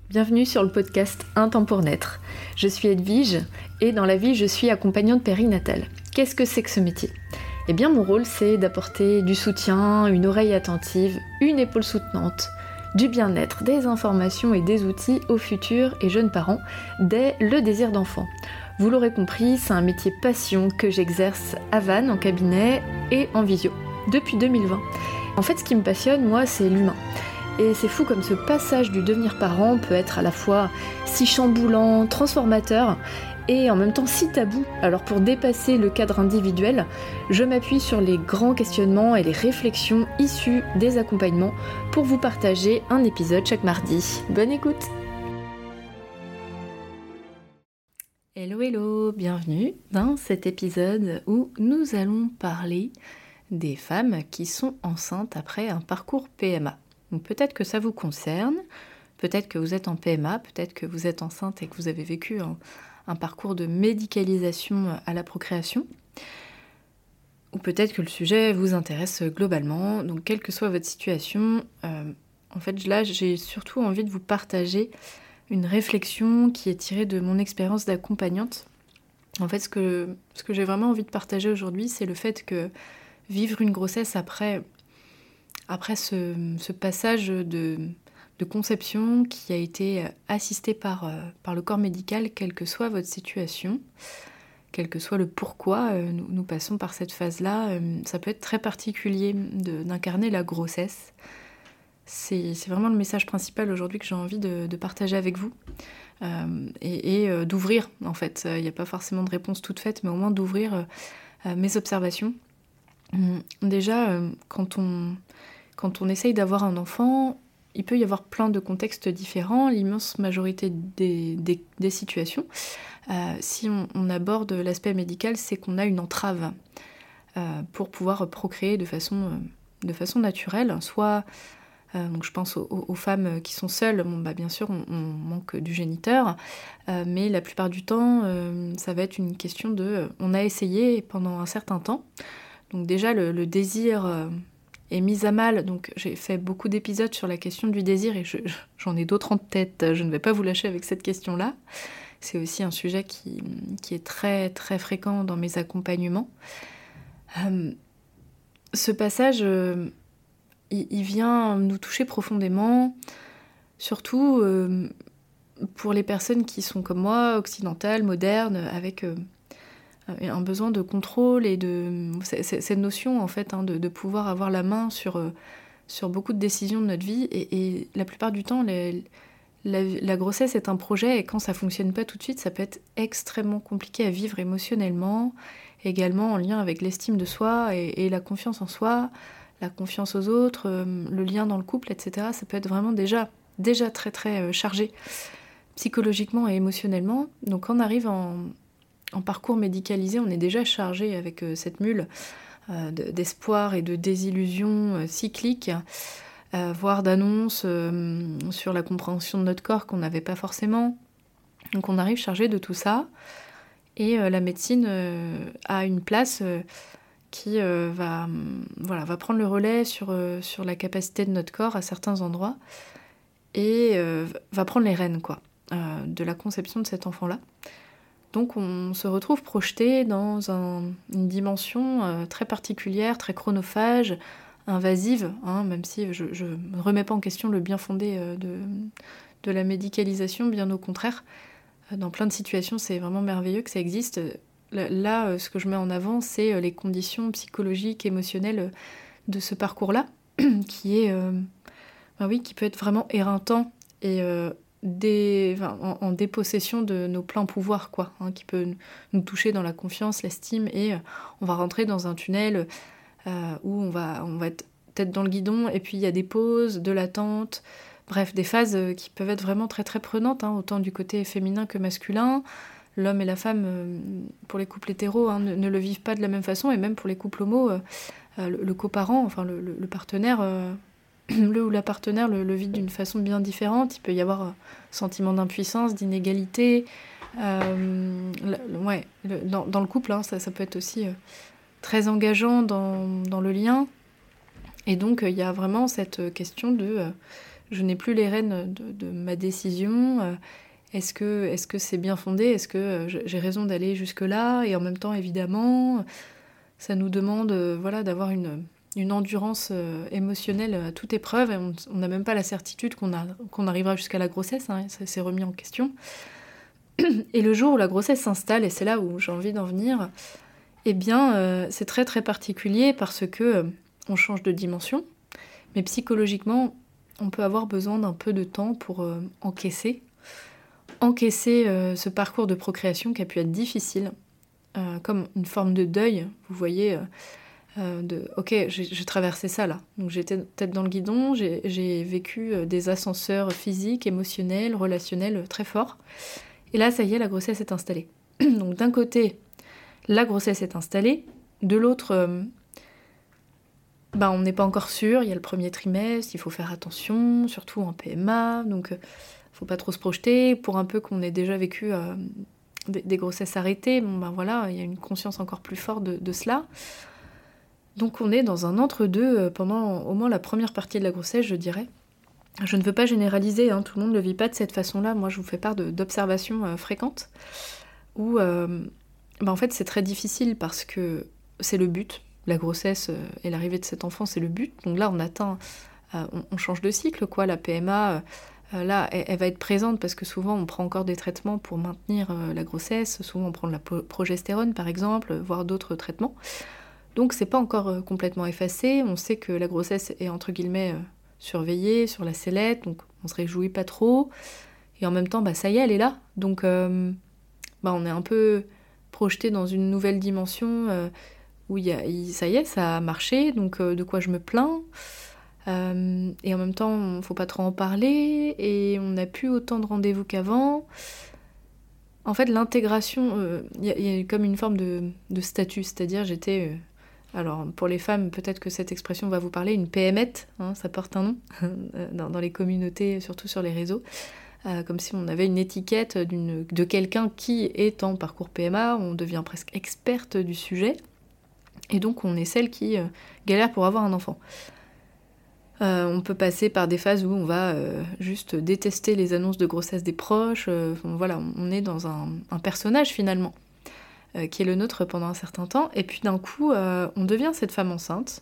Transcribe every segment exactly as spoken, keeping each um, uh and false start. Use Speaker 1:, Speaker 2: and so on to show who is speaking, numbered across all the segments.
Speaker 1: Bienvenue sur le podcast Un temps pour naître. Je suis Edwige et dans la vie je suis accompagnante périnatale. Qu'est-ce que c'est que ce métier ? Eh bien mon rôle c'est d'apporter du soutien, une oreille attentive, une épaule soutenante, du bien-être, des informations et des outils aux futurs et jeunes parents dès le désir d'enfant. Vous l'aurez compris, c'est un métier passion que j'exerce à Vannes en cabinet et en visio depuis deux mille vingt. En fait ce qui me passionne moi c'est l'humain. Et c'est fou comme ce passage du devenir parent peut être à la fois si chamboulant, transformateur et en même temps si tabou. Alors pour dépasser le cadre individuel, je m'appuie sur les grands questionnements et les réflexions issues des accompagnements pour vous partager un épisode chaque mardi. Bonne écoute! Hello hello, bienvenue dans cet épisode où nous allons parler des femmes qui sont enceintes après un parcours P M A. Donc peut-être que ça vous concerne, peut-être que vous êtes en P M A, peut-être que vous êtes enceinte et que vous avez vécu un, un parcours de médicalisation à la procréation, ou peut-être que le sujet vous intéresse globalement. Donc quelle que soit votre situation, euh, en fait là j'ai surtout envie de vous partager une réflexion qui est tirée de mon expérience d'accompagnante. En fait ce que, ce que j'ai vraiment envie de partager aujourd'hui, c'est le fait que vivre une grossesse après... Après ce, ce passage de, de conception qui a été assisté par, par le corps médical, quelle que soit votre situation, quel que soit le pourquoi nous, nous passons par cette phase-là, ça peut être très particulier de, d'incarner la grossesse. C'est, c'est vraiment le message principal aujourd'hui que j'ai envie de, de partager avec vous euh, et, et euh, d'ouvrir en fait. Il n'y a pas forcément de réponse toute faite, mais au moins d'ouvrir euh, mes observations. Déjà, euh, quand on... Quand on essaye d'avoir un enfant, il peut y avoir plein de contextes différents, l'immense majorité des, des, des situations. Euh, si on, on aborde l'aspect médical, c'est qu'on a une entrave euh, pour pouvoir procréer de façon, de façon naturelle. Soit, euh, donc je pense aux, aux femmes qui sont seules, bon, bah, bien sûr on, on manque du géniteur, euh, mais la plupart du temps, euh, ça va être une question de... On a essayé pendant un certain temps, donc déjà le, le désir... Euh, est mise à mal, donc j'ai fait beaucoup d'épisodes sur la question du désir et je, j'en ai d'autres en tête, je ne vais pas vous lâcher avec cette question-là. C'est aussi un sujet qui, qui est très très fréquent dans mes accompagnements. Euh, ce passage, euh, il, il vient nous toucher profondément, surtout euh, pour les personnes qui sont comme moi, occidentales, modernes, avec... Euh, un besoin de contrôle et de c'est, c'est, cette notion en fait hein, de, de pouvoir avoir la main sur, euh, sur beaucoup de décisions de notre vie et, et la plupart du temps les, la, la grossesse est un projet et quand ça fonctionne pas tout de suite ça peut être extrêmement compliqué à vivre émotionnellement, également en lien avec l'estime de soi et, et la confiance en soi, la confiance aux autres, euh, le lien dans le couple, et cetera. Ça peut être vraiment déjà, déjà très très euh, chargé psychologiquement et émotionnellement. Donc quand on arrive en En parcours médicalisé, on est déjà chargé avec euh, cette mule euh, d'espoir et de désillusion euh, cyclique, euh, voire d'annonces euh, sur la compréhension de notre corps qu'on n'avait pas forcément. Donc on arrive chargé de tout ça, et euh, la médecine euh, a une place euh, qui euh, va, voilà, va prendre le relais sur, euh, sur la capacité de notre corps à certains endroits, et euh, va prendre les rênes quoi, euh, de la conception de cet enfant-là. Donc on se retrouve projeté dans un, une dimension euh, très particulière, très chronophage, invasive, hein, même si je ne remets pas en question le bien fondé euh, de, de la médicalisation, bien au contraire. Euh, dans plein de situations, c'est vraiment merveilleux que ça existe. Là, là euh, ce que je mets en avant, c'est euh, les conditions psychologiques, émotionnelles euh, de ce parcours-là, qui est, euh, ben oui, qui peut être vraiment éreintant et euh, Des, enfin, en, en dépossession de nos pleins pouvoirs, quoi, hein, qui peut nous toucher dans la confiance, l'estime, et euh, on va rentrer dans un tunnel euh, où on va, on va être tête dans le guidon, et puis il y a des pauses, de l'attente, bref, des phases euh, qui peuvent être vraiment très très prenantes, hein, autant du côté féminin que masculin. L'homme et la femme, euh, pour les couples hétéros, hein, ne, ne le vivent pas de la même façon, et même pour les couples homo, euh, euh, le, le coparent, enfin le, le, le partenaire... Euh, le ou la partenaire le, le vit d'une façon bien différente. Il peut y avoir un sentiment d'impuissance, d'inégalité. Euh, le, ouais, le, dans, dans le couple, hein, ça, ça peut être aussi euh, très engageant dans, dans le lien. Et donc, il euh, y a vraiment cette question de euh, je n'ai plus les rênes de, de ma décision. Euh, est-ce que, est-ce que c'est bien fondé ? Est-ce que euh, j'ai raison d'aller jusque-là ? Et en même temps, évidemment, ça nous demande euh, voilà, d'avoir une, une endurance euh, émotionnelle à toute épreuve. Et on n'a même pas la certitude qu'on, a, qu'on arrivera jusqu'à la grossesse. Hein, ça s'est remis en question. Et le jour où la grossesse s'installe, et c'est là où j'ai envie d'en venir, eh bien, euh, c'est très très particulier parce que euh, on change de dimension, mais psychologiquement, on peut avoir besoin d'un peu de temps pour euh, encaisser, encaisser euh, ce parcours de procréation qui a pu être difficile, euh, comme une forme de deuil. Vous voyez, euh, euh, de ok, j'ai, j'ai traversé ça là, donc j'étais tête dans le guidon, j'ai, j'ai vécu euh, des ascenseurs physiques, émotionnels, relationnels euh, très forts. Et là, ça y est, la grossesse est installée. Donc d'un côté, la grossesse est installée. De l'autre, euh, ben, on n'est pas encore sûr. Il y a le premier trimestre, il faut faire attention, surtout en P M A. Donc, il euh, ne faut pas trop se projeter. Pour un peu qu'on ait déjà vécu euh, des, des grossesses arrêtées, bon, ben voilà, il y a une conscience encore plus forte de, de cela. Donc on est dans un entre-deux euh, pendant au moins la première partie de la grossesse, je dirais. Je ne veux pas généraliser, hein, tout le monde ne le vit pas de cette façon-là. Moi, je vous fais part de, d'observations euh, fréquentes où, euh, bah, en fait, c'est très difficile parce que c'est le but. La grossesse euh, et l'arrivée de cet enfant, c'est le but. Donc là, on atteint, euh, on, on change de cycle, quoi. La P M A, euh, là, elle, elle va être présente parce que souvent, on prend encore des traitements pour maintenir euh, la grossesse. Souvent, on prend de la po- progestérone, par exemple, voire d'autres traitements. Donc, c'est pas encore euh, complètement effacé. On sait que la grossesse est, entre guillemets, euh, surveillée sur la sellette, donc on se réjouit pas trop. Et en même temps, bah, ça y est, elle est là. Donc, euh, bah, on est un peu projeté dans une nouvelle dimension euh, où y a, y, ça y est, ça a marché, donc euh, de quoi je me plains. Euh, et en même temps, il faut pas trop en parler, et on n'a plus autant de rendez-vous qu'avant. En fait, l'intégration, il euh, y, y a comme une forme de, de statut, c'est-à-dire j'étais... Euh, alors, pour les femmes, peut-être que cette expression va vous parler, une P Mette, hein, ça porte un nom, dans, dans les communautés, surtout sur les réseaux, euh, comme si on avait une étiquette d'une, de quelqu'un qui est en parcours P M A, on devient presque experte du sujet, et donc on est celle qui euh, galère pour avoir un enfant. Euh, on peut passer par des phases où on va euh, juste détester les annonces de grossesse des proches, euh, voilà, on est dans un, un personnage finalement. Euh, qui est le nôtre pendant un certain temps, et puis d'un coup, euh, on devient cette femme enceinte.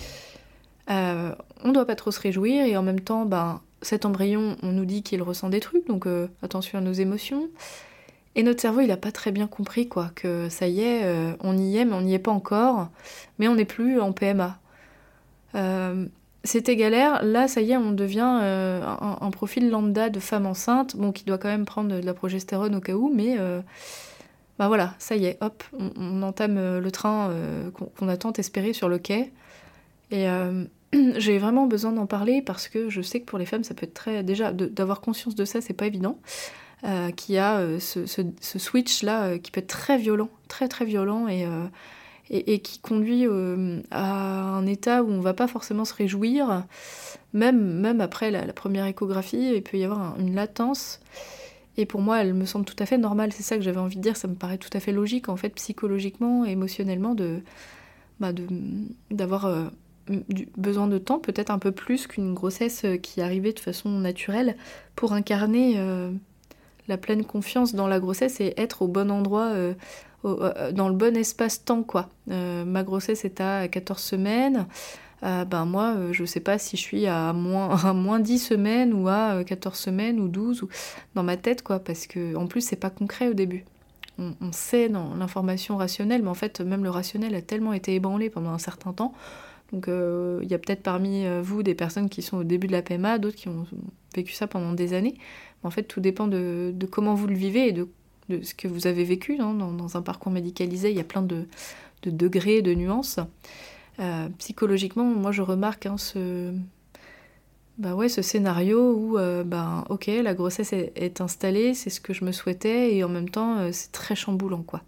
Speaker 1: Euh, on ne doit pas trop se réjouir, et en même temps, ben, cet embryon, on nous dit qu'il ressent des trucs, donc euh, attention à nos émotions. Et notre cerveau, il n'a pas très bien compris, quoi, que ça y est, euh, on y est, mais on n'y est pas encore, mais on n'est plus en P M A. Euh, c'était galère, là, ça y est, on devient euh, un, un profil lambda de femme enceinte, bon, qui doit quand même prendre de la progestérone au cas où, mais... Euh, bah voilà, ça y est, hop, on, on entame le train euh, qu'on, qu'on a tant espéré sur le quai. Et euh, j'ai vraiment besoin d'en parler parce que je sais que pour les femmes, ça peut être très... Déjà, de, d'avoir conscience de ça, c'est pas évident. Euh, qu'il y a euh, ce, ce, ce switch-là euh, qui peut être très violent, très très violent, et, euh, et, et qui conduit euh, à un état où on va pas forcément se réjouir. Même, même après la, la première échographie, il peut y avoir un, une latence. Et pour moi, elle me semble tout à fait normale. C'est ça que j'avais envie de dire. Ça me paraît tout à fait logique, en fait, psychologiquement et émotionnellement, de, bah de, d'avoir euh, du, besoin de temps, peut-être un peu plus qu'une grossesse qui arrivait de façon naturelle, pour incarner euh, la pleine confiance dans la grossesse et être au bon endroit, euh, au, euh, dans le bon espace-temps, quoi. Euh, ma grossesse est à quatorze semaines. Euh, ben moi, euh, je sais pas si je suis à moins, à moins dix semaines ou à euh, quatorze semaines ou douze, ou... dans ma tête, quoi, parce que en plus, c'est pas concret au début. On, on sait dans l'information rationnelle, mais en fait, même le rationnel a tellement été ébranlé pendant un certain temps. Donc, il euh, y a peut-être parmi vous des personnes qui sont au début de la P M A, d'autres qui ont vécu ça pendant des années. Mais en fait, tout dépend de, de comment vous le vivez et de, de ce que vous avez vécu, hein. Dans, dans un parcours médicalisé, il y a plein de, de degrés, de nuances. Euh, psychologiquement, moi je remarque hein, ce, bah ouais, ce scénario où euh, bah, ok, la grossesse est, est installée, c'est ce que je me souhaitais, et en même temps euh, c'est très chamboulant, quoi.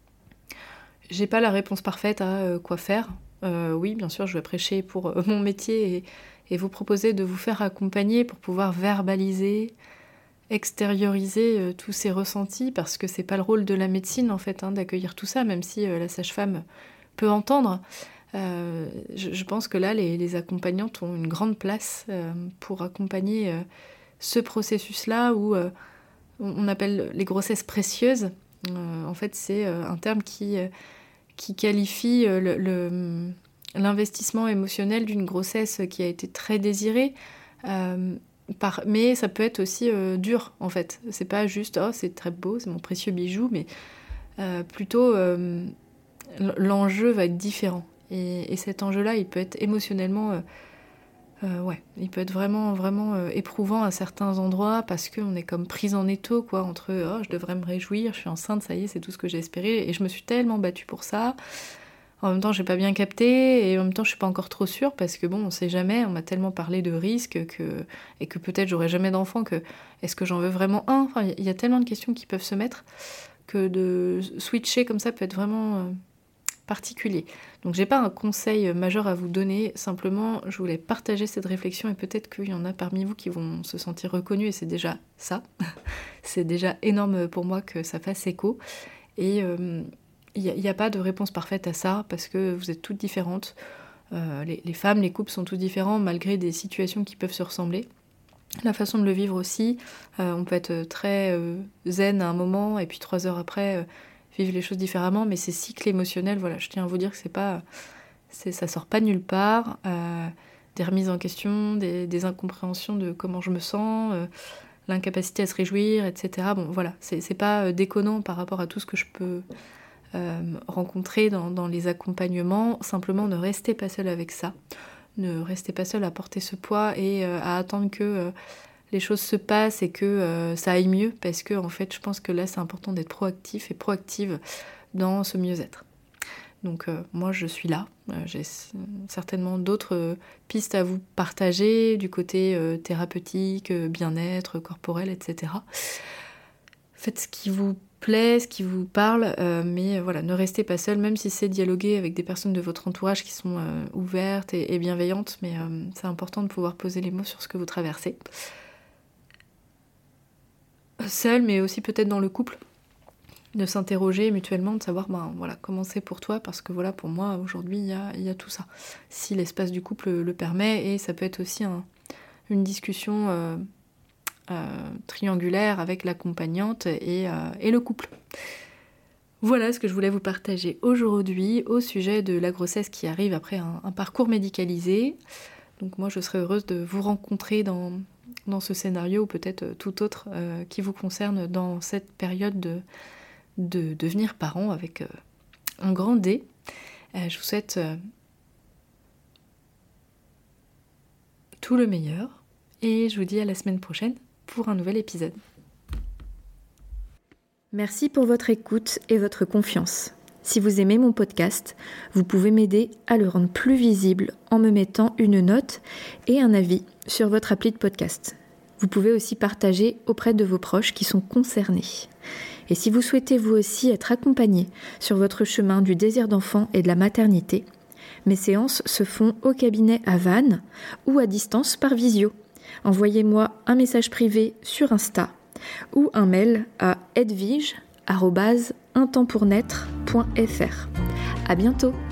Speaker 1: J'ai pas la réponse parfaite à euh, quoi faire. Euh, oui, bien sûr, je vais prêcher pour euh, mon métier et, et vous proposer de vous faire accompagner pour pouvoir verbaliser, extérioriser euh, tous ces ressentis, parce que c'est pas le rôle de la médecine en fait hein, d'accueillir tout ça, même si euh, la sage-femme peut entendre. Euh, je, je pense que là, les, les accompagnantes ont une grande place euh, pour accompagner euh, ce processus-là où euh, on appelle les grossesses précieuses. Euh, en fait, c'est euh, un terme qui, euh, qui qualifie euh, le, le, l'investissement émotionnel d'une grossesse qui a été très désirée. Euh, par, mais ça peut être aussi euh, dur, en fait. C'est pas juste « oh, c'est très beau, c'est mon précieux bijou », mais euh, plutôt euh, l'enjeu va être différent. Et, et cet enjeu-là, il peut être émotionnellement... Euh, euh, ouais, il peut être vraiment, vraiment euh, éprouvant à certains endroits parce qu'on est comme prise en étau, quoi, entre « oh, je devrais me réjouir, je suis enceinte, ça y est, c'est tout ce que j'ai espéré. » Et je me suis tellement battue pour ça. En même temps, j'ai pas bien capté et en même temps, je suis pas encore trop sûre parce que bon, on sait jamais, on m'a tellement parlé de risques que, et que peut-être j'aurai jamais d'enfant, que est-ce que j'en veux vraiment un ? Enfin, il y a tellement de questions qui peuvent se mettre que de switcher comme ça peut être vraiment... Euh, particulier. Donc j'ai pas un conseil majeur à vous donner, simplement je voulais partager cette réflexion et peut-être qu'il y en a parmi vous qui vont se sentir reconnus et c'est déjà ça. C'est déjà énorme pour moi que ça fasse écho. Et il euh, n'y a, a pas de réponse parfaite à ça parce que vous êtes toutes différentes. Euh, les, les femmes, les couples sont tous différents malgré des situations qui peuvent se ressembler. La façon de le vivre aussi, euh, on peut être très euh, zen à un moment et puis trois heures après... Euh, vivre les choses différemment, mais ces cycles émotionnels, voilà, je tiens à vous dire que c'est pas, c'est, ça sort pas nulle part. Euh, des remises en question, des, des incompréhensions de comment je me sens, euh, l'incapacité à se réjouir, et cetera. Bon, voilà, c'est, c'est pas déconnant par rapport à tout ce que je peux euh, rencontrer dans, dans les accompagnements. Simplement, ne restez pas seul avec ça. Ne restez pas seul à porter ce poids et euh, à attendre que... Euh, les choses se passent et que euh, ça aille mieux, parce que en fait, je pense que là, c'est important d'être proactif et proactive dans ce mieux-être. Donc euh, moi, je suis là. Euh, j'ai certainement d'autres euh, pistes à vous partager, du côté euh, thérapeutique, euh, bien-être, corporel, et cetera. Faites ce qui vous plaît, ce qui vous parle, euh, mais voilà, ne restez pas seul, même si c'est dialoguer avec des personnes de votre entourage qui sont euh, ouvertes et, et bienveillantes, mais euh, c'est important de pouvoir poser les mots sur ce que vous traversez. Seul, mais aussi peut-être dans le couple, de s'interroger mutuellement, de savoir ben, voilà, comment c'est pour toi, parce que voilà, pour moi, aujourd'hui, il y a, y a tout ça. Si l'espace du couple le permet, et ça peut être aussi un, une discussion euh, euh, triangulaire avec l'accompagnante et, euh, et le couple. Voilà ce que je voulais vous partager aujourd'hui au sujet de la grossesse qui arrive après un, un parcours médicalisé. Donc moi, je serais heureuse de vous rencontrer dans... dans ce scénario ou peut-être tout autre euh, qui vous concerne dans cette période de, de devenir parent avec euh, un grand D. Euh, je vous souhaite euh, tout le meilleur et je vous dis à la semaine prochaine pour un nouvel épisode.
Speaker 2: Merci pour votre écoute et votre confiance. Si vous aimez mon podcast, vous pouvez m'aider à le rendre plus visible en me mettant une note et un avis sur votre appli de podcast. Vous pouvez aussi partager auprès de vos proches qui sont concernés. Et si vous souhaitez vous aussi être accompagné sur votre chemin du désir d'enfant et de la maternité, mes séances se font au cabinet à Vannes ou à distance par visio. Envoyez-moi un message privé sur Insta ou un mail à edwige arobase un temps pour naître point f r. À bientôt!